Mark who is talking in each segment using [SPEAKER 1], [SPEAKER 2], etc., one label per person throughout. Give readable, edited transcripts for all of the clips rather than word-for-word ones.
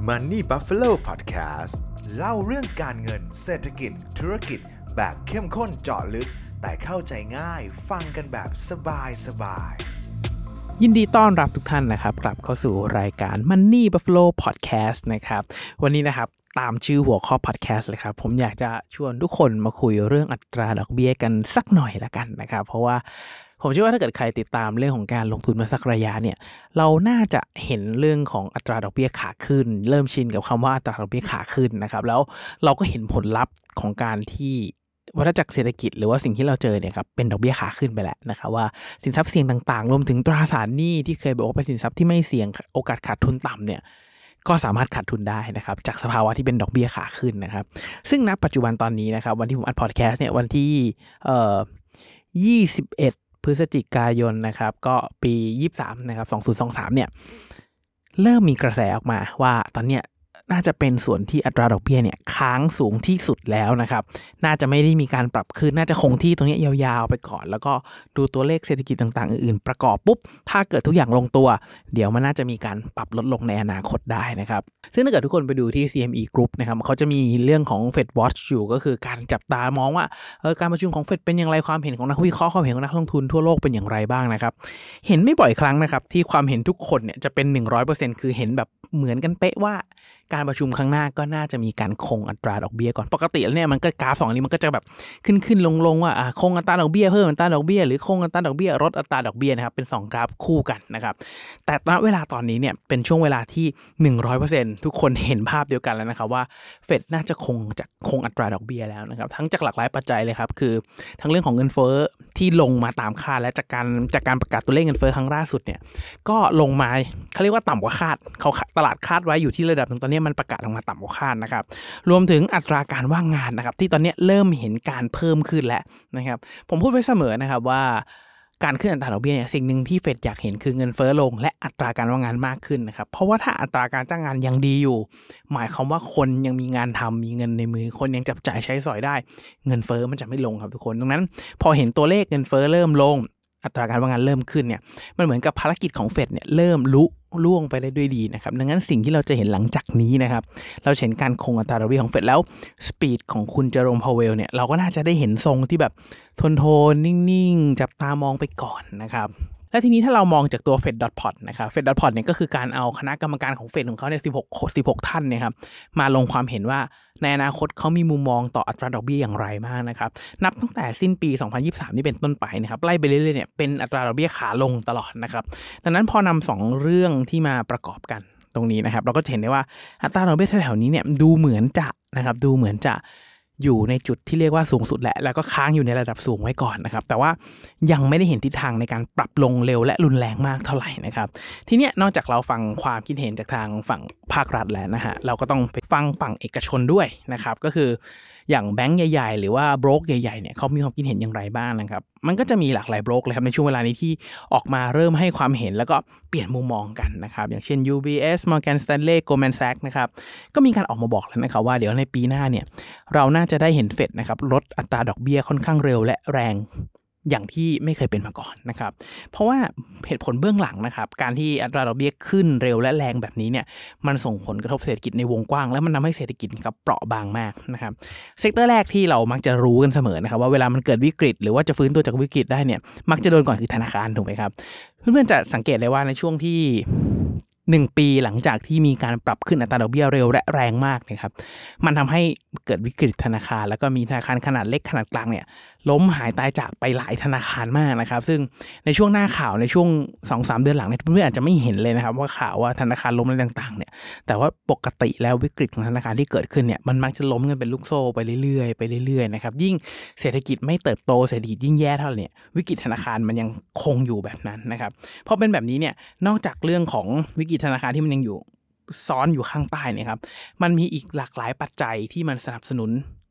[SPEAKER 1] Money Buffalo Podcast เล่าเรื่องการเงินเศรษฐกิจธุรกิจแบบเข้มข้นเจาะลึกแต่เข้าใจง่ายฟังกันแบบสบาย
[SPEAKER 2] ยินดีต้อนรับทุกท่านนะครับกลับเข้าสู่รายการ Money Buffalo Podcast นะครับวันนี้นะครับตามชื่อหัวข้อ podcast เลยครับผมอยากจะชวนทุกคนมาคุยเรื่องอัตราดอกเบี้ยกันสักหน่อยละกันนะครับเพราะว่าผมเชื่อว่าถ้าเกิดใครติดตามเรื่องของการลงทุนมาสักระยะเนี่ยเราน่าจะเห็นเรื่องของอัตราดอกเบี้ยขาขึ้นเริ่มชินกับคำว่าอัตราดอกเบี้ยขาขึ้นนะครับแล้วเราก็เห็นผลลัพธ์ของการที่วัฏจักรเศรษฐกิจหรือว่าสิ่งที่เราเจอเนี่ยครับเป็นดอกเบี้ยขาขึ้นไปแล้วนะครับว่าสินทรัพย์เสี่ยงต่างๆรวมถึงตราสารหนี้ที่เคยบอกว่าเป็นสินทรัพย์ที่ไม่เสี่ยงโอกาสขาดทุนต่ำเนี่ยก็สามารถขาดทุนได้นะครับจากสภาวะที่เป็นดอกเบี้ยขาขึ้นนะครับซึ่งณปัจจุบันตอนนี้นะครับวันที่ผมอัดพอดแคสต์เนี่ยวันที่21 พฤศจิกายนนะครับก็ปี23นะครับ2023เนี่ยเริ่มมีกระแสออกมาว่าตอนเนี้ยน่าจะเป็นส่วนที่อัตราดอกเบี้ยเนี่ยค้างสูงที่สุดแล้วนะครับน่าจะไม่ได้มีการปรับขึ้นน่าจะคงที่ตรงนี้ยาวๆไปก่อนแล้วก็ดูตัวเลขเศรษฐกิจต่างๆอื่นๆประกอบปุ๊บถ้าเกิดทุกอย่างลงตัวเดี๋ยวมันน่าจะมีการปรับลดลงในอนาคตได้นะครับซึ่งถ้าเกิดทุกคนไปดูที่ CME Group นะครับเขาจะมีเรื่องของ Fed Watch อยู่ก็คือการจับตามองว่าการประชุมของ Fed เป็นอย่างไรความเห็นของนักวิเคราะห์ความเห็นของนักลงทุนทั่วโลกเป็นอย่างไรบ้างนะครับเห็นไม่บ่อยครั้งนะครับที่ความเห็นทุกคนเนี่ยจะเป็น 100% คือเห็นแบบเหมือนกันเป๊ะว่าการประชุมครั้งหน้าก็น่าจะมีการคงอัตราดอกเบี้ยก่อนปกติแล้วเนี่ยมันก็กราฟ2อันนี้มันก็จะแบบขึ้นลงว่าคงอัตราดอกเบี้ยเพิ่มอัตราดอกเบี้ยหรือคงอัตราดอกเบี้ยลดอัตราดอกเบี้ยนะครับเป็น2กราฟคู่กันนะครับแต่ณเวลาตอนนี้เนี่ยเป็นช่วงเวลาที่ 100% ทุกคนเห็นภาพเดียวกันแล้วนะครับว่าเฟดน่าจะคงอัตราดอกเบี้ยแล้วนะครับทั้งจากหลากหลายปัจจัยเลยครับคือทั้งเรื่องของเงินเฟ้อที่ลงมาตามคาดและจากการประกาศตัวเลขเงินเฟ้อครั้งล่าสุดเนี่ยก็ลงมาเขาเรียกว่าต่ำกว่าคาดเขาตลาดคาดไว้อยู่ที่ระดับนึงตอนนี้มันประกาศออกมาต่ำกว่าคาดนะครับรวมถึงอัตราการว่างงานนะครับที่ตอนนี้เริ่มเห็นการเพิ่มขึ้นแล้วนะครับผมพูดไว้เสมอนะครับว่าการขึ้นอัตราดอกเบี้ยเนี่ยสิ่งหนึ่งที่เฟดอยากเห็นคือเงินเฟ้อลงและอัตราการว่างงานมากขึ้นนะครับเพราะว่าถ้าอัตราการจ้างงานยังดีอยู่หมายความว่าคนยังมีงานทำมีเงินในมือคนยังจับจ่ายใช้สอยได้เงินเฟ้อมันจะไม่ลงครับทุกคนดังนั้นพอเห็นตัวเลขเงินเฟ้อเริ่มลงอัตราการว่างงานเริ่มขึ้นเนี่ยมันเหมือนกับภารกิจของเฟดเนี่ยเริ่มล่วงไปได้ด้วยดีนะครับดังนั้นสิ่งที่เราจะเห็นหลังจากนี้นะครับเราเห็นการคงอัตราดอกเบี้ยของเฟดแล้วสปีดของคุณเจอโรม พาวเวลเนี่ยเราก็น่าจะได้เห็นทรงที่แบบทนนิ่งๆจับตามองไปก่อนนะครับและทีนี้ถ้าเรามองจากตัว Fed.Pod นะครับ Fed.Pod เนี่ยก็คือการเอาคณะกรรมการของเฟดของเขาเนี่ย16ท่านเนี่ยครับมาลงความเห็นว่าในอนาคตเขามีมุมมองต่ออัตราดอกเบี้ยอย่างไรมากนะครับนับตั้งแต่สิ้นปี2023นี่เป็นต้นไปนะครับไล่ไปเรื่อยๆเนี่ยเป็นอัตราดอกเบี้ยขาลงตลอดนะครับดังนั้นพอนำ2เรื่องที่มาประกอบกันตรงนี้นะครับเราก็เห็นได้ว่าอัตราดอกเบี้ยแถวๆนี้เนี่ยดูเหมือนจะอยู่ในจุดที่เรียกว่าสูงสุดแล้วก็ค้างอยู่ในระดับสูงไว้ก่อนนะครับแต่ว่ายังไม่ได้เห็นทิศทางในการปรับลงเร็วและรุนแรงมากเท่าไหร่นะครับทีเนี้ยนอกจากเราฟังความคิดเห็นจากทางฝั่งภาครัฐแล้วนะฮะเราก็ต้องไปฟังฝั่งเอกชนด้วยนะครับก็คืออย่างแบงก์ใหญ่ๆหรือว่าโบรกใหญ่ๆเนี่ยเขามีความคิดเห็นอย่างไรบ้างนะครับมันก็จะมีหลากหลายโบรกเลยครับในช่วงเวลานี้ที่ออกมาเริ่มให้ความเห็นแล้วก็เปลี่ยนมุมมองกันนะครับอย่างเช่น UBS Morgan Stanley Goldman Sachs นะครับก็มีการออกมาบอกแล้วนะครับว่าเดี๋ยวในปีหน้าเนี่ยเราน่าจะได้เห็นเฟดนะครับลดอัตราดอกเบี้ยค่อนข้างเร็วและแรงอย่างที่ไม่เคยเป็นมาก่อนนะครับเพราะว่าเหตุผลเบื้องหลังนะครับการที่อัตราดอกเบี้ยขึ้นเร็วและแรงแบบนี้เนี่ยมันส่งผลกระทบเศรษฐกิจในวงกว้างแล้วมันทำให้เศรษฐกิจครับเปราะบางมากนะครับเซกเตอร์แรกที่เรามักจะรู้กันเสมอนะครับว่าเวลามันเกิดวิกฤตหรือว่าจะฟื้นตัวจากวิกฤตได้เนี่ยมักจะโดนก่อนคือธนาคารถูกไหมครับเพื่อนๆจะสังเกตได้ว่าในช่วงที่1 ปีหลังจากที่มีการปรับขึ้นอัตราดอกเบี้ยเร็วและแรงมากนะครับมันทำให้เกิดวิกฤตธนาคารแล้วก็มีธนาคารขนาดเล็กขนาดกลางเนี่ยล้มหายตายจากไปหลายธนาคารมากนะครับซึ่งในช่วงหน้าข่าวในช่วง 2-3 เดือนหลังเนี่ยเพื่อนๆอาจจะไม่เห็นเลยนะครับว่าข่าวว่าธนาคารล้มอะไรต่างๆเนี่ยแต่ว่าปกติแล้ววิกฤตของธนาคารที่เกิดขึ้นเนี่ยมันมักจะล้มกันเป็นลูกโซ่ไปเรื่อยๆนะครับยิ่งเศรษฐกิจไม่เติบโตเศรษฐกิจยิ่งแย่เท่าไหร่เนี่ยวิกฤตธนาคารมันยังคงอยู่แบบนั้นนะครับพอเป็นแบบนี้เนี่ยนอกจากเรื่องของวิกฤตธนาคารที่มันยังอยู่ซ้อนอยู่ข้างใต้เนี่ยครับมันมีอีกหลากหลายปัจจัยที่มันสนับสนุน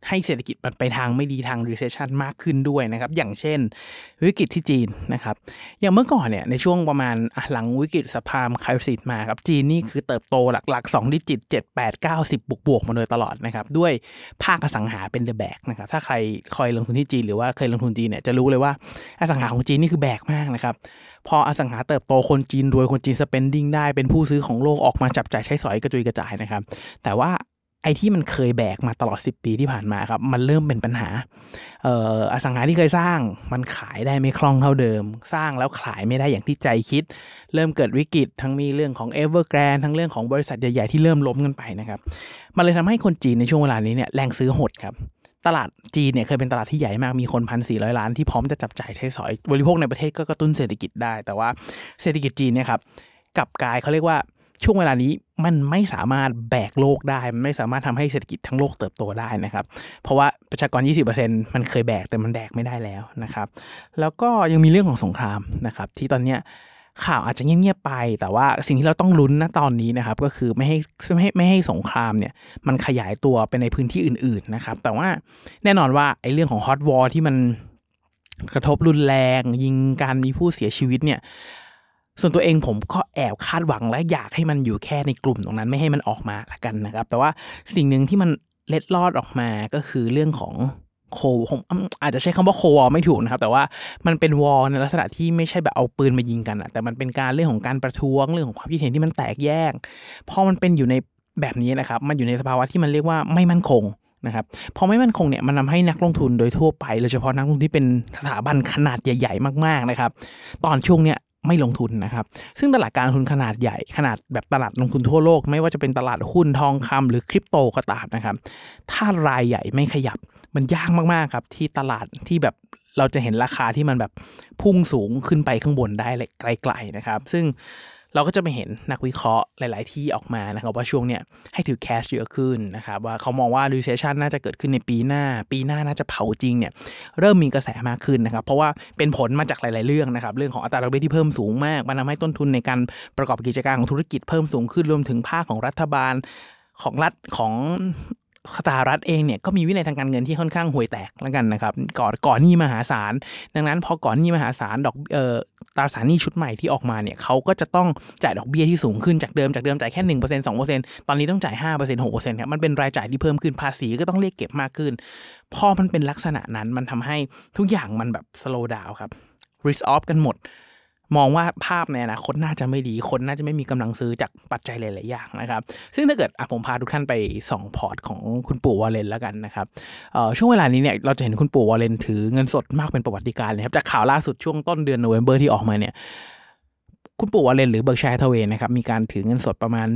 [SPEAKER 2] ให้เศรษฐกิจมันไปทางไม่ดีทาง recession มากขึ้นด้วยนะครับอย่างเช่นวิกฤตที่จีนนะครับอย่างเมื่อก่อนเนี่ยในช่วงประมาณหลังวิกฤตซับไพรม์ไครซิสมาครับจีนนี่คือเติบโตหลักๆ2ดิจิต7 8 9 10บวกๆมาโดยตลอดนะครับด้วยภาคอสังหาเป็น the back นะครับถ้าใครคอยลงทุนที่จีนหรือว่าเคยลงทุนจีนเนี่ยจะรู้เลยว่าอสังหาของจีนนี่คือแบกมากนะครับพออสังหาเติบโตคนจีนรวยคนจีน spending ได้เป็นผู้ซื้อของโลกออกมาจับจ่ายใช้สอยกระจุยกระจายนะครับแต่ว่าไอ้ที่มันเคยแบกมาตลอด10ปีที่ผ่านมาครับมันเริ่มเป็นปัญหาอสังหาที่เคยสร้างมันขายได้ไม่คล่องเท่าเดิมสร้างแล้วขายไม่ได้อย่างที่ใจคิดเริ่มเกิดวิกฤตทั้งมีเรื่องของ Evergrande ทั้งเรื่องของบริษัทใหญ่ๆที่เริ่มล้มกันไปนะครับมันเลยทำให้คนจีนในช่วงเวลานี้เนี่ยแรงซื้อหดครับตลาดจีนเนี่ยเคยเป็นตลาดที่ใหญ่มากมีคน 1,400 ล้านที่พร้อมจะจับจ่ายใช้สอยบริโภคในประเทศก็กระตุ้นเศรษฐกิจได้แต่ว่าเศรษฐกิจจีนเนี่ยครับกลับกลายเขาเรียกว่าช่วงเวลานี้มันไม่สามารถแบกโลกได้มันไม่สามารถทำให้เศรษฐกิจทั้งโลกเติบโตได้นะครับเพราะว่าประชากร 20% มันเคยแบกแต่มันแบกไม่ได้แล้วนะครับแล้วก็ยังมีเรื่องของสงครามนะครับที่ตอนเนี้ยข่าวอาจจะเงียบๆไปแต่ว่าสิ่งที่เราต้องลุ้นณตอนนี้นะครับก็คือไม่ให้สงครามเนี่ยมันขยายตัวไปในพื้นที่อื่นๆนะครับแต่ว่าแน่นอนว่าไอ้เรื่องของฮอตวอร์ที่มันกระทบรุนแรงยิงการมีผู้เสียชีวิตเนี่ยส่วนตัวเองผมก็แอบคาดหวังและอยากให้มันอยู่แค่ในกลุ่มตรงนั้นไม่ให้มันออกมาละกันนะครับแต่ว่าสิ่งหนึ่งที่มันเล็ดลอดออกมาก็คือเรื่องของผมอาจจะใช้คำว่าโควอลไม่ถูกนะครับแต่ว่ามันเป็นวอลในลักษณะที่ไม่ใช่แบบเอาปืนมายิงกันแต่มันเป็นการเรื่องของการประท้วงเรื่องของความคิดเห็นที่มันแตกแยกพอมันเป็นอยู่ในแบบนี้นะครับมันอยู่ในสภาวะที่มันเรียกว่าไม่มั่นคงนะครับพอไม่มั่นคงเนี่ยมันทำให้นักลงทุนโดยทั่วไปโดยเฉพาะนักลงทุนที่เป็นสถาบันขนาดใหญ่ๆมากๆนะครับตอนช่วงเนี้ยไม่ลงทุนนะครับซึ่งตลาดการลงทุนขนาดใหญ่ขนาดแบบตลาดลงทุนทั่วโลกไม่ว่าจะเป็นตลาดหุ้นทองคำหรือคริปโตก็ตามนะครับถ้ารายใหญ่ไม่ขยับมันยากมากๆครับที่ตลาดที่แบบเราจะเห็นราคาที่มันแบบพุ่งสูงขึ้นไปข้างบนได้ไกลๆนะครับซึ่งเราก็จะไปเห็นนักวิเคราะห์หลายๆที่ออกมานะครับว่าช่วงเนี้ยให้ถือแคชเยอะขึ้นนะครับว่าเขามองว่า recession น่าจะเกิดขึ้นในปีหน้าน่าจะเผาจริงเนี่ยเริ่มมีกระแสมากขึ้นนะครับเพราะว่าเป็นผลมาจากหลายๆเรื่องนะครับเรื่องของอัตราดอกเบี้ยที่เพิ่มสูงมากมันทำให้ต้นทุนในการประกอบกิจการของธุรกิจเพิ่มสูงขึ้นรวมถึงภาคของรัฐบาลของรัฐของสหรัฐเองเนี่ยก็มีวินัยทางการเงินที่ค่อนข้างห่วยแตกแล้วกันนะครับก่อนหนี้มหาศาลดังนั้นพอก่อนหนี้มหาศาลตราสารหนี้ชุดใหม่ที่ออกมาเนี่ยเขาก็จะต้องจ่ายดอกเบี้ยที่สูงขึ้นจากเดิมจ่ายแค่ 1% 2% ตอนนี้ต้องจ่าย 5% 6% ครับมันเป็นรายจ่ายที่เพิ่มขึ้นภาษีก็ต้องเรียกเก็บมากขึ้นพอมันเป็นลักษณะนั้นมันทำให้ทุกอย่างมันแบบ slow down ครับ risk off กันหมดมองว่าภาพในอนาคตน่าจะไม่ดีคนน่าจะไม่มีกำลังซื้อจากปัจจัยหลายๆอย่างนะครับซึ่งถ้าเกิดผมพาทุกท่านไปส่องพอร์ตของคุณปู่วอร์เรนแล้วกันนะครับช่วงเวลานี้เนี่ยเราจะเห็นคุณปู่วอร์เรนถือเงินสดมากเป็นประวัติการณ์เลยครับจากข่าวล่าสุดช่วงต้นเดือนโนเวมเบอร์ที่ออกมาเนี่ยคุณปู่วอร์เรนหรือเบิร์กชัยฮาธาเวย์นะครับมีการถือเงินสดประมาณ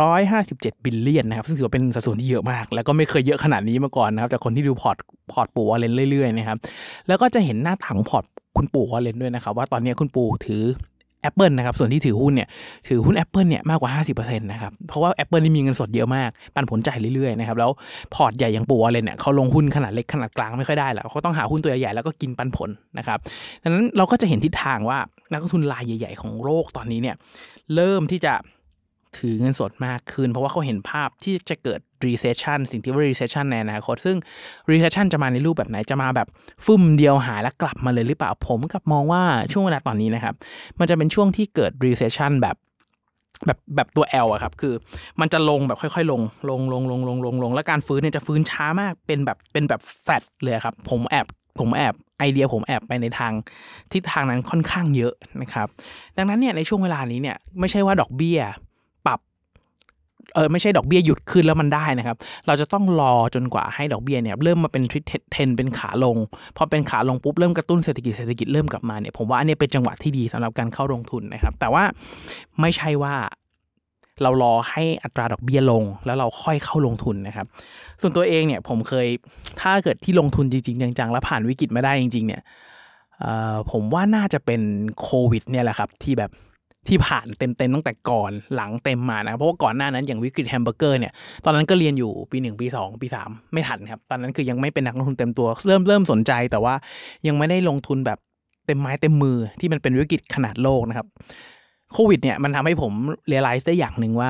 [SPEAKER 2] 157บิลเลียนนะครับซึ่งถือว่าเป็นสัดส่วนที่เยอะมากแล้วก็ไม่เคยเยอะขนาดนี้มาก่อนนะครับจากคนที่ดูพอร์ตปู่วอร์เรนเรื่อยๆนะครับแล้วก็จะเห็นหน้าถังพอร์ตคุณปู่วอร์เรนด้วยนะครับว่าตอนนี้คุณปู่ถือApple นะครับส่วนที่ถือหุ้นเนี่ยถือหุ้น Apple เนี่ยมากกว่า 50% นะครับเพราะว่า Apple นี่มีเงินสดเยอะมากปันผลจ่ายเรื่อยๆนะครับแล้วพอร์ตใหญ่อย่างปู่วอร์เรนเนี่ยเขาลงหุ้นขนาดเล็กขนาดกลางไม่ค่อยได้แล้วเขาต้องหาหุ้นตัวใหญ่ๆแล้วก็กินปันผลนะครับดังนั้นเราก็จะเห็นทิศทางว่านักลงทุนรายใหญ่ๆของโลกตอนนี้เนี่ยเริ่มที่จะถือเงินสดมากขึ้นเพราะว่าเขาเห็นภาพที่จะเกิด recession สิ่งที่ว่า recession ในอนาคตซึ่ง recession จะมาในรูปแบบไหนจะมาแบบฟึ่มเดียวหายแล้วกลับมาเลยหรือเปล่าผมกับมองว่าช่วงเวลาตอนนี้นะครับมันจะเป็นช่วงที่เกิด recession แบบตัว L อะครับคือมันจะลงแบบค่อยๆลงแล้วการฟื้นเนี่ยจะฟื้นช้ามากเป็นแบบแฟตเลยครับผมแอบไอเดียผมแอบไปในทางทิศทางนั้นค่อนข้างเยอะนะครับดังนั้นเนี่ยในช่วงเวลานี้เนี่ยไม่ใช่ว่าดอกเบี้ยปรับไม่ใช่ดอกเบี้ยหยุดขึ้นแล้วมันได้นะครับเราจะต้องรอจนกว่าให้ดอกเบี้ยเนี่ยเริ่มมาเป็นเทรนเป็นขาลงพอเป็นขาลงปุ๊บเริ่มกระตุ้นเศรษฐกิจเริ่มกลับมาเนี่ยผมว่าอันนี้เป็นจังหวะที่ดีสำหรับการเข้าลงทุนนะครับแต่ว่าไม่ใช่ว่าเรารอให้อัตราดอกเบี้ยลงแล้วเราค่อยเข้าลงทุนนะครับส่วนตัวเองเนี่ยผมเคยถ้าเกิดที่ลงทุนจริงๆจังๆแล้วผ่านวิกฤตมาได้จริงๆเนี่ยผมว่าน่าจะเป็นโควิดเนี่ยแหละครับที่ผ่านเต็มตั้งแต่ก่อนหลังเต็มมานะเพราะว่าก่อนหน้านั้นอย่างวิกฤตแฮมเบอร์เกอร์เนี่ยตอนนั้นก็เรียนอยู่ปี1ปี2ปี3ไม่ทันครับตอนนั้นคือยังไม่เป็นนักลงทุนเต็มตัวเริ่มสนใจแต่ว่ายังไม่ได้ลงทุนแบบเต็มไม้เต็มมือที่มันเป็นวิกฤตขนาดโลกนะครับโควิดเนี่ยมันทำให้ผมเรียลไลซ์ได้อย่างนึงว่า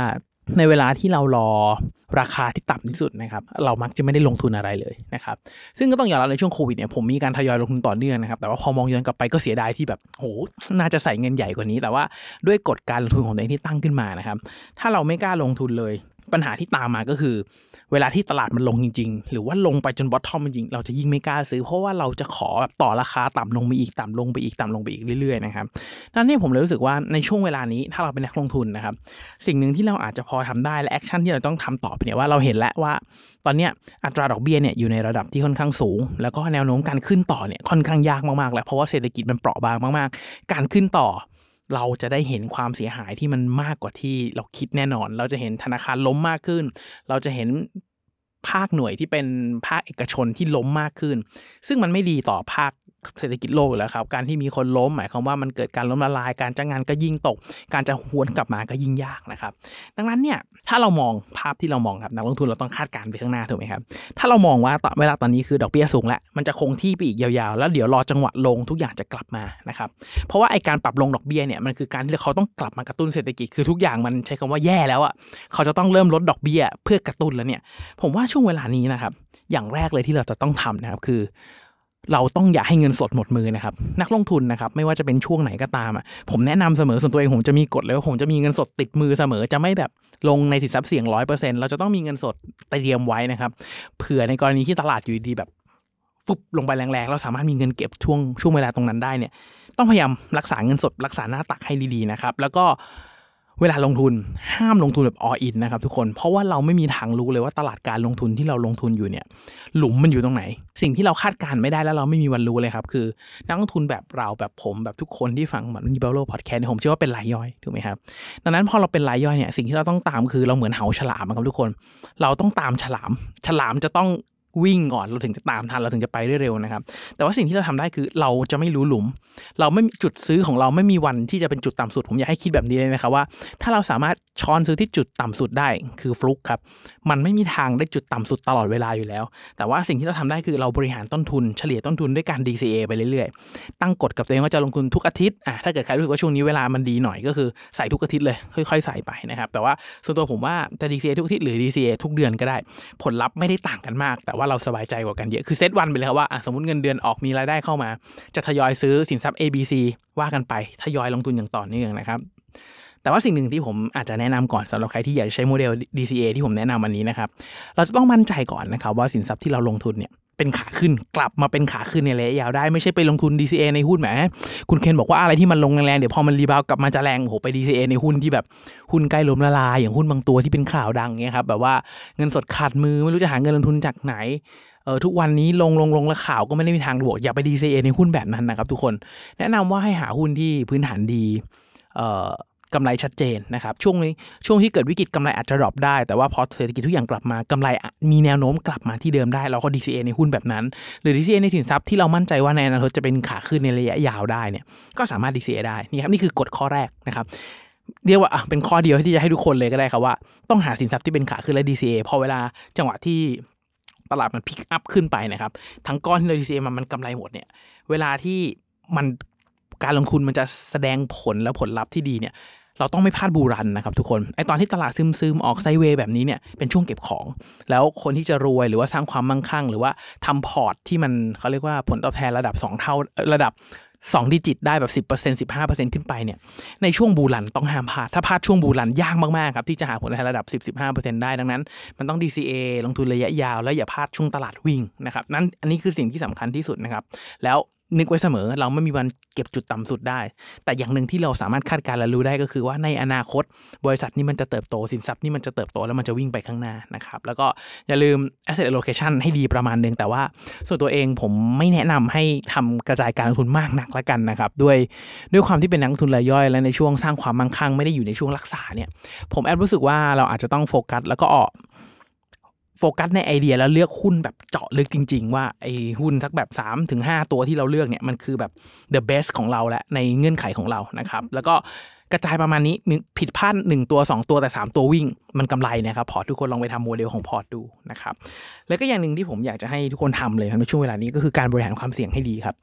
[SPEAKER 2] ในเวลาที่เรารอราคาที่ต่ำที่สุดนะครับเรามักจะไม่ได้ลงทุนอะไรเลยนะครับซึ่งก็ต้องยอมรับในช่วงโควิดเนี่ยผมมีการทยอยลงทุนต่อเนื่องนะครับแต่ว่าพอมองย้อนกลับไปก็เสียดายที่แบบโหน่าจะใส่เงินใหญ่กว่านี้แต่ว่าด้วยกฎการลงทุนของตัวเองที่ตั้งขึ้นมานะครับถ้าเราไม่กล้าลงทุนเลยปัญหาที่ตามมาก็คือเวลาที่ตลาดมันลงจริงๆหรือว่าลงไปจนบอททอมจริงๆเราจะยิ่งไม่กล้าซื้อเพราะว่าเราจะขอแบบต่อราคาต่ำลงไปอีกต่ำลงไปอีกต่ำลงไปอีกเรื่อยๆนะครับนั่นนี่ผมเลยรู้สึกว่าในช่วงเวลานี้ถ้าเราเป็นนักลงทุนนะครับสิ่งหนึ่งที่เราอาจจะพอทำได้และแอคชั่นที่เราต้องทำต่อไปเนี่ยว่าเราเห็นแล้วว่าตอนเนี้ยอัตราดอกเบี้ยเนี่ยอยู่ในระดับที่ค่อนข้างสูงแล้วก็แนวโน้มการขึ้นต่อเนี่ยค่อนข้างยากมากๆแล้วเพราะว่าเศรษฐกิจมันเปราะบางมากๆการขึ้นต่อเราจะได้เห็นความเสียหายที่มันมากกว่าที่เราคิดแน่นอนเราจะเห็นธนาคารล้มมากขึ้นเราจะเห็นภาคหน่วยที่เป็นภาคเอกชนที่ล้มมากขึ้นซึ่งมันไม่ดีต่อภาคเศรษฐกิจโลกอยู่แล้วครับการที่มีคนล้มหมายความว่ามันเกิดการล้มละลายการจ้างงานก็ยิ่งตกการจะหวนกลับมาก็ยิ่งยากนะครับดังนั้นเนี่ยถ้าเรามองภาพที่เรามองครับนักลงทุนเราต้องคาดการณ์ไปข้างหน้าถูกไหมครับถ้าเรามองว่าเวลาตอนนี้คือดอกเบี้ยสูงแล้วมันจะคงที่ไปอีกยาวๆแล้วเดี๋ยวรอจังหวะลงทุกอย่างจะกลับมานะครับเพราะว่าไอ้การปรับลงดอกเบี้ยเนี่ยมันคือการที่เขาต้องกลับมากระตุ้นเศรษฐกิจคือทุกอย่างมันใช้คำว่าแย่แล้วอ่ะเขาจะต้องเริ่มลดดอกเบี้ยเพื่อกระตุ้นแล้วเนี่ยผมว่าช่วงเวลานี้นะครับอย่างแรกเลยที่เราจะต้องทำนะครับคือเราต้องอย่าให้เงินสดหมดมือนะครับนักลงทุนนะครับไม่ว่าจะเป็นช่วงไหนก็ตามอ่ะผมแนะนำเสมอส่วนตัวเองผมจะมีกฎเลยว่าผมจะมีเงินสดติดมือเสมอจะไม่แบบลงในสินทรัพย์เสี่ยง 100% เราจะต้องมีเงินสดเตรียมไว้นะครับเผื่อในกรณีที่ตลาดอยู่ดีแบบฟุบลงไปแรงๆเราสามารถมีเงินเก็บช่วงเวลาตรงนั้นได้เนี่ยต้องพยายามรักษาเงินสดรักษาหน้าตักให้ดีๆนะครับแล้วก็เวลาลงทุนห้ามลงทุนแบบ all in นะครับทุกคนเพราะว่าเราไม่มีทางรู้เลยว่าตลาดการลงทุนที่เราลงทุนอยู่เนี่ยหลุมมันอยู่ตรงไหนสิ่งที่เราคาดการณ์ไม่ได้แล้วเราไม่มีวันรู้เลยครับคือนักลงทุนแบบเราแบบผมแบบทุกคนที่ฟังเหมือน Bubble Podcast เนี่ยผมเชื่อว่าเป็นรายย่อยถูกไหมครับดังนั้นพอเราเป็นรายย่อยเนี่ยสิ่งที่เราต้องตามคือเราเหมือนเหาฉลามครับทุกคนเราต้องตามฉลามจะต้องวิ่งก่อนเราถึงจะตามทันเราถึงจะไปได้เร็วนะครับแต่ว่าสิ่งที่เราทำได้คือเราจะไม่รู้หลุมเราไม่จุดซื้อของเราไม่มีวันที่จะเป็นจุดต่ำสุดผมอยากให้คิดแบบนี้เลยนะครับว่าถ้าเราสามารถช้อนซื้อที่จุดต่ำสุดได้คือฟลุกครับมันไม่มีทางได้จุดต่ำสุดตลอดเวลาอยู่แล้วแต่ว่าสิ่งที่เราทำได้คือเราบริหารต้นทุนเฉลี่ยต้นทุนด้วยการ DCA ไปเรื่อยๆตั้งกฎกับตัวเองว่าจะลงทุนทุกอาทิตย์ถ้าเกิดใครรู้สึกว่าช่วงนี้เวลามันดีหน่อยก็คือใส่ทุกอาทิตย์เลยค่อยๆใส่ไปนะครับแต่ว่าส่วนตัวผมว่าจะ DCA ทุกอาทิตย์หรือ DCA ทุกเดือนก็ได้ผลลัพธ์ไม่ได้ต่างกันมากแต่ว่าเราสบายใจกว่ากันเยอะคือเซตวันไปเลยครับว่าสมมุติเงินเดือนออกมีรายได้เข้ามาจะทยอยซื้อสินทรัพย์ ABC ว่ากันไปทยอยลงทุนอย่างต่อเนื่องนะครับแต่ว่าสิ่งหนึ่งที่ผมอาจจะแนะนำก่อนสำหรับใครที่อยากใช้โมเดล DCA ที่ผมแนะนำวันนี้นะครับเราจะต้องมั่นใจก่อนนะครับว่าสินทรัพย์ที่เราลงทุนเนี่ยเป็นขาขึ้นกลับมาเป็นขาขึ้นในระยะยาวได้ไม่ใช่ไปลงทุน DCA ในหุ้นแหมคุณเคนบอกว่าอะไรที่มันลงแรงๆเดี๋ยวพอมันรีบาวกลับมาจะแรงโหไป DCA ในหุ้นที่แบบหุ้นใกล้ล้มละลายอย่างหุ้นบางตัวที่เป็นข่าวดังเงี้ยครับแบบว่าเงินสดขาดมือไม่รู้จะหาเงินลงทุนจากไหนทุกวันนี้ลงแล้วข่าวก็ไม่ได้มีทางบวกอย่าไป DCA ในหุ้นแบบนั้นนะครับทุกคนแนะนำว่าให้หาหุ้นที่พื้นฐานดีกำไรชัดเจนนะครับช่วงที่เกิดวิกฤตกำไรอาจจะดรอปได้แต่ว่าพอเศรษฐกิจทุกอย่างกลับมากำไรมีแนวโน้มกลับมาที่เดิมได้เราก็ DCA ในหุ้นแบบนั้นหรือ DCA ในสินทรัพย์ที่เรามั่นใจว่าในอนาคตจะเป็นขาขึ้นในระยะยาวได้เนี่ยก็สามารถ DCA ได้นี่ครับนี่คือกฎข้อแรกนะครับเรียกว่าเป็นข้อเดียวที่จะให้ทุกคนเลยก็ได้ครับว่าต้องหาสินทรัพย์ที่เป็นขาขึ้นและ DCA พอเวลาจังหวะที่ตลาดมันพิกอัพขึ้นไปนะครับทั้งก้อนที่เรา DCA มันกำไรหมดเนี่ยเวลาที่มันการลงทุนมันจะแสดงผลและผลลัพธ์ที่ดีเนี่ยเราต้องไม่พลาดบูรันนะครับทุกคนไอตอนที่ตลาดซึมๆออกไซด์เวย์แบบนี้เนี่ยเป็นช่วงเก็บของแล้วคนที่จะรวยหรือว่าสร้างความมั่งคั่งหรือว่าทำพอร์ตที่มันเขาเรียกว่าผลตอบแทนระดับ2เท่าระดับ2ดิจิตได้แบบ 10% 15% ขึ้นไปเนี่ยในช่วงบูรันต้องห้ามพลาดถ้าพลาดช่วงบูรันยากมากๆครับที่จะหาผลตอบแทนระดับ 10-15% ได้ดังนั้นมันต้อง DCA ลงทุนระยะยาวแล้วอย่าพลาดช่วงตลาดวิ่งนะครับนั่นอันนี้คือสิ่งที่สำคัญที่สุดนะครับแล้วนึกไว้เสมอเราไม่มีวันเก็บจุดต่ำสุดได้แต่อย่างหนึ่งที่เราสามารถคาดการณ์และรู้ได้ก็คือว่าในอนาคตบริษัทนี้มันจะเติบโตสินทรัพย์นี่มันจะเติบโตแล้วมันจะวิ่งไปข้างหน้านะครับแล้วก็อย่าลืม asset allocation ให้ดีประมาณนึงแต่ว่าส่วนตัวเองผมไม่แนะนำให้ทำกระจายการลงทุนมากนักละกันนะครับด้วยความที่เป็นนักลงทุนรายย่อยและในช่วงสร้างความมั่งคั่งไม่ได้อยู่ในช่วงรักษาเนี่ยผมแอบรู้สึกว่าเราอาจจะต้องโฟกัสแล้วก็โฟกัสในไอเดียแล้วเลือกหุ้นแบบเจาะลึกจริงๆว่าไอ้หุ้นสักแบบ 3-5 ตัวที่เราเลือกเนี่ยมันคือแบบ the best ของเราและในเงื่อนไขของเรานะครับแล้วก็กระจายประมาณนี้ผิดพลาด1ตัว2ตัวแต่3ตัววิ่งมันกำไรนะครับพอร์ตทุกคนลองไปทำโมเดลของพอร์ตดูนะครับแล้วก็อย่างนึงที่ผมอยากจะให้ทุกคนทำเลยในช่วงเวลานี้ก็คือการบริหารความเสี่ยงให้ดีครับ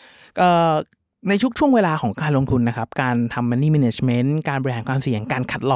[SPEAKER 2] ในช่วงเวลาของการลงทุนนะครับการทำ money management การบริหารความเสี่ยงการ cut loss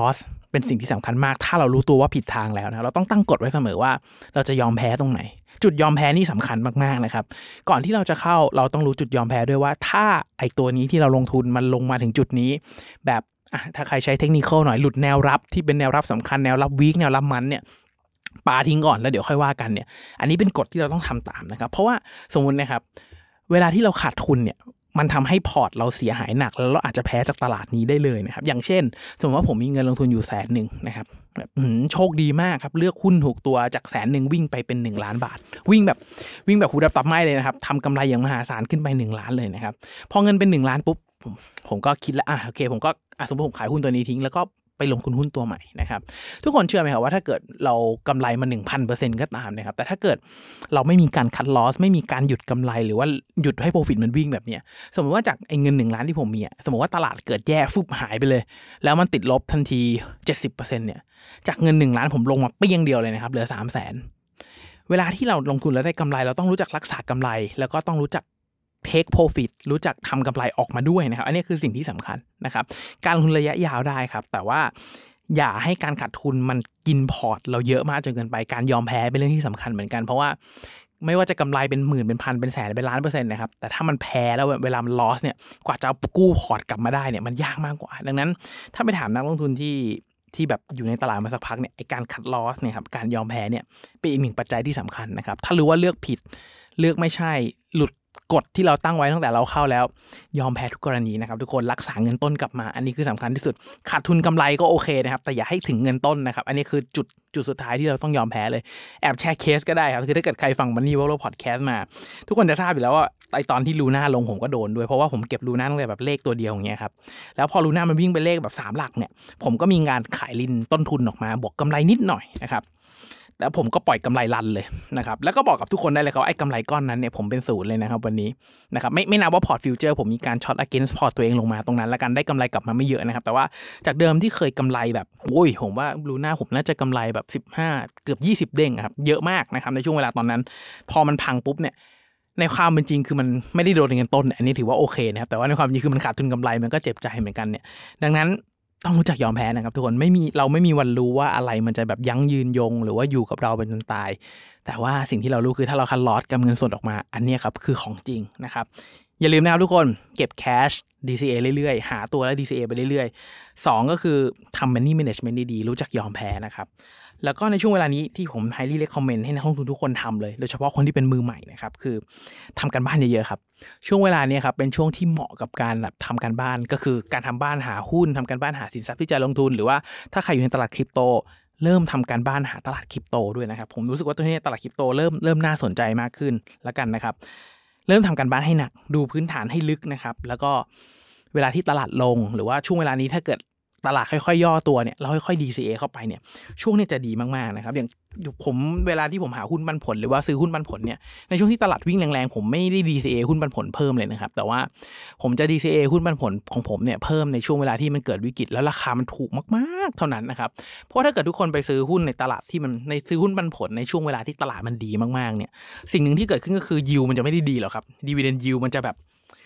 [SPEAKER 2] เป็นสิ่งที่สำคัญมากถ้าเรารู้ตัวว่าผิดทางแล้วนะเราต้องตั้งกฎไว้เสมอว่าเราจะยอมแพ้ตรงไหนจุดยอมแพ้นี่สำคัญมากๆนะครับก่อนที่เราจะเข้าเราต้องรู้จุดยอมแพ้ด้วยว่าถ้าไอตัวนี้ที่เราลงทุนมันลงมาถึงจุดนี้แบบถ้าใครใช้เทคนิคหน่อยหลุดแนวรับที่เป็นแนวรับสำคัญแนวรับวีคแนวรับมันเนี่ยปาทิ้งก่อนแล้วเดี๋ยวค่อยว่ากันเนี่ยอันนี้เป็นกฎที่เราต้องทำตามนะครับเพราะว่าสมมุตินะครับเวลาที่เราขาดทุนเนี่ยมันทำให้พอร์ตเราเสียหายหนักแล้วเราอาจจะแพ้จากตลาดนี้ได้เลยนะครับอย่างเช่นสมมติว่าผมมีเงินลงทุนอยู่100,000นะครับโชคดีมากครับเลือกหุ้นถูกตัวจาก100,000วิ่งไปเป็น1 ล้านบาทวิ่งแบบหูดับตับไหม้เลยนะครับทำกำไรอย่างมหาศาลขึ้นไป1 ล้านเลยนะครับพอเงินเป็น1 ล้านปุ๊บผมก็คิดแล้วโอเคผมก็สมมติผมขายหุ้นตัวนี้ทิ้งแล้วก็ไปลงทุนหุ้นตัวใหม่นะครับทุกคนเชื่อไหมครับว่าถ้าเกิดเรากำไรมา 1,000% ก็ตามนะครับแต่ถ้าเกิดเราไม่มีการคัทลอสไม่มีการหยุดกำไรหรือว่าหยุดให้โปรฟิตมันวิ่งแบบเนี้ยสมมติว่าจากเงิน1 ล้านที่ผมมีสมมติว่าตลาดเกิดแย่ฟุบหายไปเลยแล้วมันติดลบทันที 70% เนี่ยจากเงิน1 ล้านผมลงมาเปี้ยงเดียวเลยนะครับเหลือ 300,000 เวลาที่เราลงทุนแล้วได้กำไรเราต้องรู้จักรักษากำไรแล้วก็ต้องรู้จักtake profit รู้จักทำกำไรออกมาด้วยนะครับอันนี้คือสิ่งที่สำคัญนะครับการลงทุนระยะยาวได้ครับแต่ว่าอย่าให้การขาดทุนมันกินพอร์ตเราเยอะมากจนเกินไปการยอมแพ้เป็นเรื่องที่สำคัญเหมือนกันเพราะว่าไม่ว่าจะกำไรเป็นหมื่นเป็นพันเป็นแสนเป็นล้าน%นะครับแต่ถ้ามันแพ้แล้วเวลามัน loss เนี่ยกว่าจะกู้พอร์ตกลับมาได้เนี่ยมันยากมากกว่าดังนั้นถ้าไปถามนักลงทุนที่แบบอยู่ในตลาดมาสักพักเนี่ยไอการคัดลอสเนี่ยครับการยอมแพ้เนี่ยเป็นอีกหนึ่งปัจจัยที่สำคัญนะครับถ้ารู้ว่าเลือกผิดเลือกไม่ใช่หลุดกฎที่เราตั้งไว้ตั้งแต่เราเข้าแล้วยอมแพ้ทุกกรณีนะครับทุกคนรักษาเงินต้นกลับมาอันนี้คือสำคัญที่สุดขาดทุนกำไรก็โอเคนะครับแต่อย่าให้ถึงเงินต้นนะครับอันนี้คือจุดสุดท้ายที่เราต้องยอมแพ้เลยแอบแชร์เคสก็ได้ครับคือถ้าเกิดใครฟัง Money Value Podcast มาทุกคนจะทราบอยู่แล้วว่าไอตอนที่ลูน่าลงผมก็โดนด้วยเพราะว่าผมเก็บลูน่าตั้งแต่แบบเลขตัวเดียวอย่างเงี้ยครับแล้วพอลูน่ามันวิ่งไปเลขแบบ3 หลักเนี่ยผมก็มีงานขายลินต้นทุนออกมาบวกกำไรนิดหน่อยนะครับแล้วผมก็ปล่อยกำไรรันเลยนะครับแล้วก็บอกกับทุกคนได้เลยครับไอ้กำไรก้อนนั้นเนี่ยผมเป็นศูนย์เลยนะครับวันนี้นะครับไม่นับว่าพอร์ตฟิวเจอร์ผมมีการช็อต against พอร์ตตัวเองลงมาตรงนั้นแล้วกันได้กำไรกลับมาไม่เยอะนะครับแต่ว่าจากเดิมที่เคยกำไรแบบผมว่าลูน่าผมน่าจะกำไรแบบ15เกือบ20เด้งครับเยอะมากนะครับในช่วงเวลาตอนนั้นพอมันพังปุ๊บเนี่ยในความเป็นจริงคือมันไม่ได้โดนเงินต้นอันนี้ถือว่าโอเคนะครับแต่ว่าในความจริงคือมันขาดทุนกำไรมันก็เจ็บใจเหมือนกันเนี่ยดังนั้นต้องรู้จักยอมแพ้นะครับทุกคนเราไม่มีวันรู้ว่าอะไรมันจะแบบยั้งยืนยงหรือว่าอยู่กับเราเป็นจนตายแต่ว่าสิ่งที่เรารู้คือถ้าเราคัดลอสกับเงินสดออกมาอันนี้ครับคือของจริงนะครับอย่าลืมนะครับทุกคนเก็บแคช DCA เรื่อยๆหาตัวแล้ว DCA ไปเรื่อยๆ2ก็คือทำ money management ดีๆรู้จักยอมแพ้นะครับแล้วก็ในช่วงเวลานี้ที่ผม highly recommend ให้นักลงทุนทุกคนทำเลยโดยเฉพาะคนที่เป็นมือใหม่นะครับคือทำการบ้านเยอะๆครับช่วงเวลานี้ครับเป็นช่วงที่เหมาะกับการแบบทำการบ้านก็คือการทำบ้านหาหุ้นทำการบ้านหาสินทรัพย์ที่จะลงทุนหรือว่าถ้าใครอยู่ในตลาดคริปโตเริ่มทำการบ้านหาตลาดคริปโตด้วยนะครับผมรู้สึกว่าตัวนี้ตลาดคริปโตเริ่มน่าสนใจมากขึ้นแล้วกันนะครับเริ่มทำการบ้านให้หนักดูพื้นฐานให้ลึกนะครับแล้วก็เวลาที่ตลาดลงหรือว่าช่วงเวลานี้ถ้าเกิดตลาดค่อยๆย่อตัวเนี่ยเราค่อยๆ DCA เข้าไปเนี่ยช่วงนี้จะดีมากๆนะครับอย่างผมเวลาที่ผมหาหุ้นปันผลหรือว่าซื้อหุ้นปันผลเนี่ยในช่วงที่ตลาดวิ่งแรงๆผมไม่ได้ DCA หุ้นปันผลเพิ่มเลยนะครับแต่ว่าผมจะ DCA หุ้นปันผลของผมเนี่ยเพิ่มในช่วงเวลาที่มันเกิดวิกฤตแล้วราคามันถูกมากๆเท่านั้นนะครับเพราะถ้าเกิดทุกคนไปซื้อหุ้นในตลาดที่มันในซื้อหุ้นปันผลในช่วงเวลาที่ตลาดมันดีมากๆเนี่ยสิ่งนึงที่เกิดขึ้นก็คือ yield มันจะไม่ได้ดีหรอกครับ dividend yield มันจะแบบ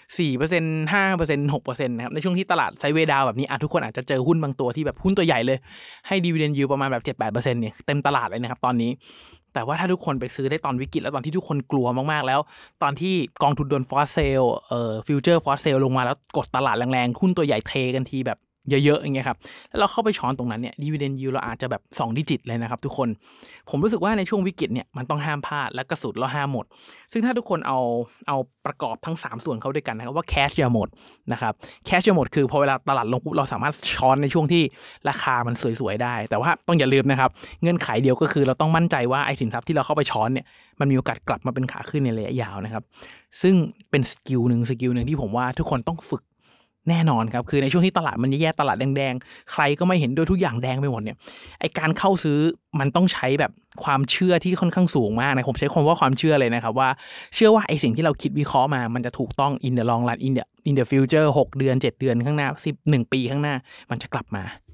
[SPEAKER 2] 4% 5% 6% นะครับในช่วงที่ตลาดไซด์เวย์ดาวแบบนี้ทุกคนอาจจะเจอหุ้นบางตัวที่แบบหุ้นตัวใหญ่เลยให้ dividend yield ประมาณแบบ 7-8% เนี่ยเต็มตลาดเลยนะครับตอนนี้แต่ว่าถ้าทุกคนไปซื้อได้ตอนวิกฤตแล้วตอนที่ทุกคนกลัวมากๆแล้วตอนที่กองทุนโดนฟอร์สเซลฟิวเจอร์ฟอร์สเซลลงมาแล้วกดตลาดแรงๆหุ้นตัวใหญ่เทกันทีแบบเยอะๆอย่างเงี้ยครับแล้วเราเข้าไปช้อนตรงนั้นเนี่ย dividend yield เราอาจจะแบบ2 ดิจิตเลยนะครับทุกคนผมรู้สึกว่าในช่วงวิกฤตเนี่ยมันต้องห้ามพลาดและกระสุนเราห้ามหมดซึ่งถ้าทุกคนเอาประกอบทั้ง3ส่วนเข้าด้วยกันนะครับว่า cash อย่าหมดนะครับ cash อย่าหมดคือพอเวลาตลาดลงปุ๊บเราสามารถช้อนในช่วงที่ราคามันสวยๆได้แต่ว่าต้องอย่าลืมนะครับเงื่อนไขเดียวก็คือเราต้องมั่นใจว่าไอ้สินทรัพย์ที่เราเข้าไปช้อนเนี่ยมันมีโอกาสกลับมาเป็นขาขึ้นในระยะยาวนะครับซึ่งเป็นสกิลหนึ่งที่ผมว่าทุกคนต้องฝึกแน่นอนครับคือในช่วงที่ตลาดมันแย่ตลาดแดงๆใครก็ไม่เห็นด้วยทุกอย่างแดงไปหมดเนี่ยไอการเข้าซื้อมันต้องใช้แบบความเชื่อที่ค่อนข้างสูงมากนะผมใช้คำว่าความเชื่อเลยนะครับว่าเชื่อว่าไอสิ่งที่เราคิดวิเคราะห์มามันจะถูกต้อง in the long run in the future 6 เดือน7 เดือนข้างหน้า1 ปีข้างหน้ามันจะกลับมา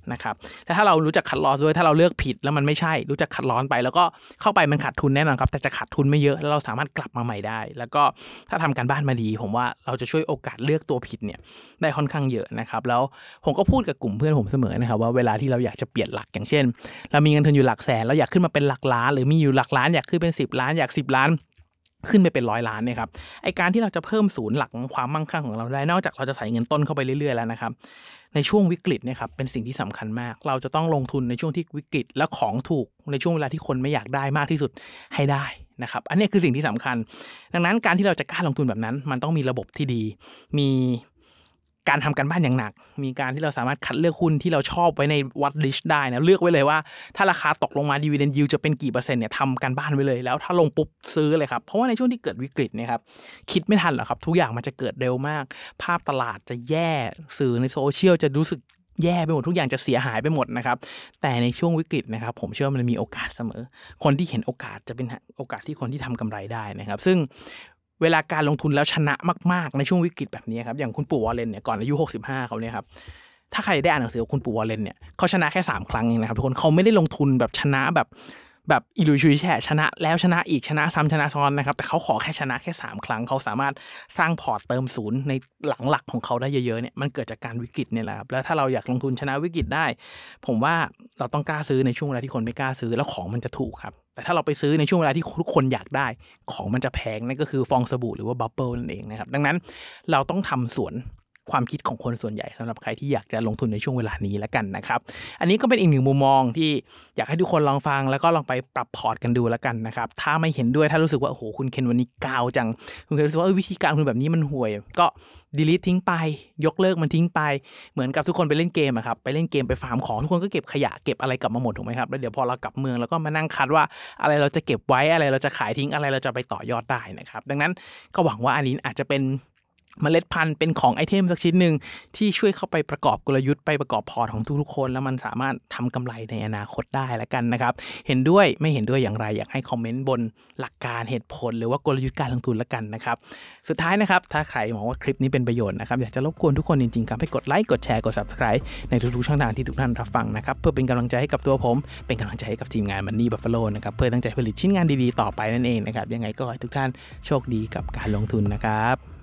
[SPEAKER 2] นะครับแต่ถ้าเรารู้จักคัดลอสด้วยถ้าเราเลือกผิดแล้วมันไม่ใช่รู้จักคัดลอสไปแล้วก็เข้าไปมันขาดทุนแน่นอนครับแต่จะขาดทุนไม่เยอะแล้วเราสามารถกลับมาใหม่ได้แล้วก็ถ้าทำการบ้านมาดีผมว่าเราจะช่วยโอกาสเลือกตัวผิดเนี่ยได้ค่อนข้างเยอะนะครับแล้วผมก็พูดกับกลุ่มเพื่อนผมเสมอนะครับว่าเวลาที่เราอยากจะเปลี่ยนหลักอย่างเช่นเรามีเงินทุนอยู่หลักแสนเราอยากขึ้นมาเป็นหลักล้านหรือมีอยู่หลักล้านอยากขึ้นเป็น10 ล้านอยาก10 ล้านขึ้นไปเป็น100 ล้านเนี่ยครับไอการที่เราจะเพิ่มศูนย์หลักของความมั่งคั่งของเราได้นอกจากเราจะใส่เงินต้นเข้าไปเรื่อยๆแล้วนะครับในช่วงวิกฤตเนี่ยครับเป็นสิ่งที่สำคัญมากเราจะต้องลงทุนในช่วงที่วิกฤตและของถูกในช่วงเวลาที่คนไม่อยากได้มากที่สุดให้ได้นะครับอันนี้คือสิ่งที่สำคัญดังนั้นการที่เราจะกล้าลงทุนแบบนั้นมันต้องมีระบบที่ดีมีการทำการบ้านอย่างหนักมีการที่เราสามารถคัดเลือกหุ้นที่เราชอบไว้ในวัตลิสต์ได้นะเลือกไว้เลยว่าถ้าราคาตกลงมา dividend yield จะเป็นกี่เปอร์เซ็นต์เนี่ยทำการบ้านไว้เลยแล้วถ้าลงปุ๊บซื้อเลยครับเพราะว่าในช่วงที่เกิดวิกฤตเนี่ยครับคิดไม่ทันหรอกครับทุกอย่างมันจะเกิดเร็วมากภาพตลาดจะแย่สื่อในโซเชียลจะรู้สึกแย่ไปหมดทุกอย่างจะเสียหายไปหมดนะครับแต่ในช่วงวิกฤตนะครับผมเชื่อว่ามันมีโอกาสเสมอคนที่เห็นโอกาสจะเป็นโอกาสที่คนที่ทำกำไรได้นะครับซึ่งเวลาการลงทุนแล้วชนะมากๆในช่วงวิกฤตแบบนี้ครับอย่างคุณปู่วอร์เรนเนี่ยก่อนอายุ65เขาเนี่ยครับถ้าใครได้อ่านหนังสือของคุณปู่วอร์เรนเนี่ยเขาชนะแค่3 ครั้งเองนะครับทุกคนเขาไม่ได้ลงทุนแบบชนะแบบอิลุยชุยแฉะชนะแล้วชนะอีกชนะซ้ำชนะซ้อนนะครับแต่เขาขอแค่ชนะแค่3 ครั้งเขาสามารถสร้างพอร์ตเติมศูนย์ในหลังหลักของเขาได้เยอะๆเนี่ยมันเกิดจากการวิกฤตเนี่ยแหละครับแล้วถ้าเราอยากลงทุนชนะวิกฤตได้ผมว่าเราต้องกล้าซื้อในช่วงเวลาที่คนไม่กล้าซื้อแล้วของมันจะถูกครับแต่ถ้าเราไปซื้อในช่วงเวลาที่ทุกคนอยากได้ของมันจะแพงนั่นก็คือฟองสบู่หรือว่าบับเบิ้ลนั่นเองนะครับดังนั้นเราต้องทำสวนความคิดของคนส่วนใหญ่สำหรับใครที่อยากจะลงทุนในช่วงเวลานี้แล้วกันนะครับอันนี้ก็เป็นอีกหนึ่งมุมมองที่อยากให้ทุกคนลองฟังแล้วก็ลองไปปรับพอร์ตกันดูแล้วกันนะครับถ้าไม่เห็นด้วยถ้ารู้สึกว่าโอ้โหคุณเคนวันนี้กาวจังคุณเคนรู้สึกว่าวิธีการคุณแบบนี้มันห่วยก็ delete ทิ้งไปยกเลิกมันทิ้งไปเหมือนกับทุกคนไปเล่นเกมอะครับไปเล่นเกมไปฟาร์มของทุกคนก็เก็บขยะเก็บอะไรกลับมาหมดถูกไหมครับแล้วเดี๋ยวพอเรากลับเมืองเราก็มานั่งคัดว่าอะไรเราจะเก็บไว้อะไรเราจะขายทิ้งอะไรเราจะไปต่อยอดได้นะครับดังนั้นก็หวังว่าอันนี้อาจจะเป็นเมล็ดพันธุ์เป็นของไอเทมสักชิ้นหนึ่งที่ช่วยเข้าไปประกอบกลยุทธ์ไปประกอบพอร์ตของทุกๆคนแล้วมันสามารถทำกำไรในอนาคตได้แล้วกันนะครับเห็นด้วยไม่เห็นด้วยอย่างไรอยากให้คอมเมนต์บนหลักการเหตุผลหรือว่ากลยุทธ์การลงทุนแล้วกันนะครับสุดท้ายนะครับถ้าใครมองว่าคลิปนี้เป็นประโยชน์นะครับอยากจะรบกวนทุกคนจริงๆครับให้กดไลค์กดแชร์กด Subscribe ในทุกๆช่องทางที่ทุกท่านรับฟังนะครับเพื่อเป็นกำลังใจให้กับตัวผมเป็นกำลังใจให้กับทีมงาน Money Buffalo นะครับเพื่อตั้งใจผลิตชิ้นงานดีๆต่อไปนั่นเองนะครับยังไงก็ให้ทุกท่านโชคดีกับการลงทุนนะครับ